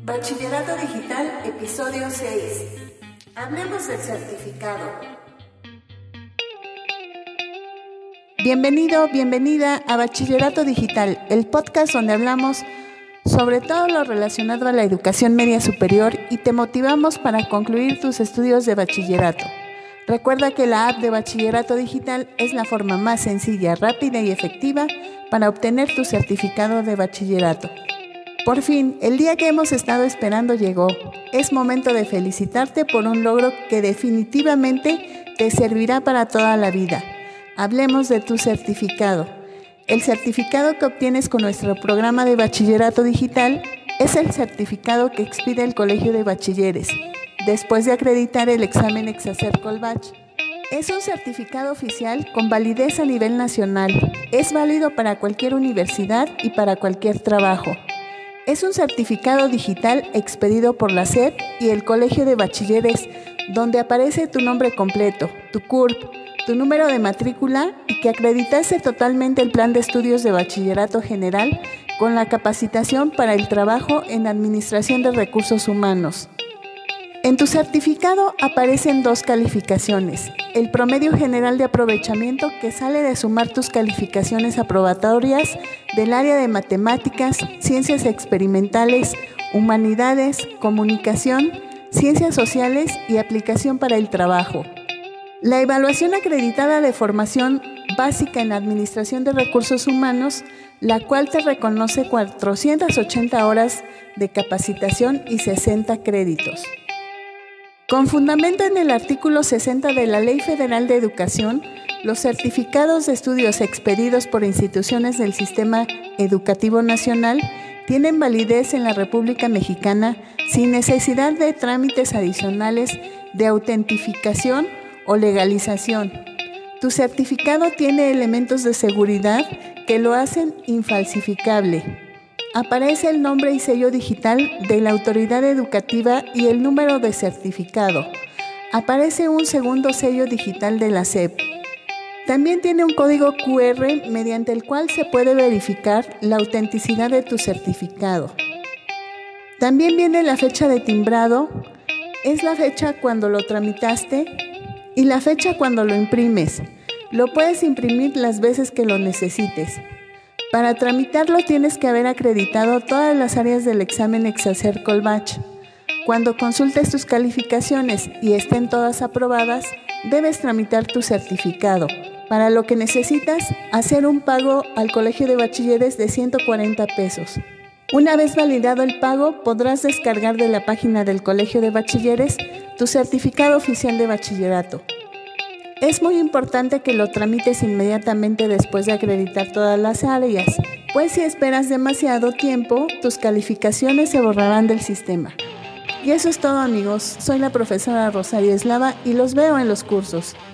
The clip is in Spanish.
Bachillerato Digital, episodio 6. Hablemos del certificado. Bienvenida a Bachillerato Digital, el podcast donde hablamos sobre todo lo relacionado a la educación media superior y te motivamos para concluir tus estudios de bachillerato. Recuerda que la app de Bachillerato Digital es la forma más sencilla, rápida y efectiva para obtener tu certificado de bachillerato. Por fin, el día que hemos estado esperando llegó. Es momento de felicitarte por un logro que definitivamente te servirá para toda la vida. Hablemos de tu certificado. El certificado que obtienes con nuestro programa de Bachillerato Digital es el certificado que expide el Colegio de Bachilleres, después de acreditar el examen Exacer-Colbach. Es un certificado oficial con validez a nivel nacional. Es válido para cualquier universidad y para cualquier trabajo. Es un certificado digital expedido por la SEP y el Colegio de Bachilleres, donde aparece tu nombre completo, tu CURP, tu número de matrícula y que acreditaste totalmente el plan de estudios de bachillerato general con la capacitación para el trabajo en Administración de Recursos Humanos. En tu certificado aparecen 2 calificaciones: el promedio general de aprovechamiento, que sale de sumar tus calificaciones aprobatorias del área de matemáticas, ciencias experimentales, humanidades, comunicación, ciencias sociales y aplicación para el trabajo. La evaluación acreditada de formación básica en Administración de Recursos Humanos, la cual te reconoce 480 horas de capacitación y 60 créditos. Con fundamento en el artículo 60 de la Ley Federal de Educación, los certificados de estudios expedidos por instituciones del Sistema Educativo Nacional tienen validez en la República Mexicana sin necesidad de trámites adicionales de autentificación o legalización. Tu certificado tiene elementos de seguridad que lo hacen infalsificable. Aparece el nombre y sello digital de la autoridad educativa y el número de certificado. Aparece un segundo sello digital de la SEP. También tiene un código QR mediante el cual se puede verificar la autenticidad de tu certificado. También viene la fecha de timbrado, es la fecha cuando lo tramitaste y la fecha cuando lo imprimes. Lo puedes imprimir las veces que lo necesites. Para tramitarlo tienes que haber acreditado todas las áreas del examen Exacer-Colbach. Cuando consultes tus calificaciones y estén todas aprobadas, debes tramitar tu certificado, para lo que necesitas hacer un pago al Colegio de Bachilleres de 140 pesos. Una vez validado el pago, podrás descargar de la página del Colegio de Bachilleres tu certificado oficial de bachillerato. Es muy importante que lo tramites inmediatamente después de acreditar todas las áreas, pues si esperas demasiado tiempo, tus calificaciones se borrarán del sistema. Y eso es todo, amigos. Soy la profesora Rosario Eslava y los veo en los cursos.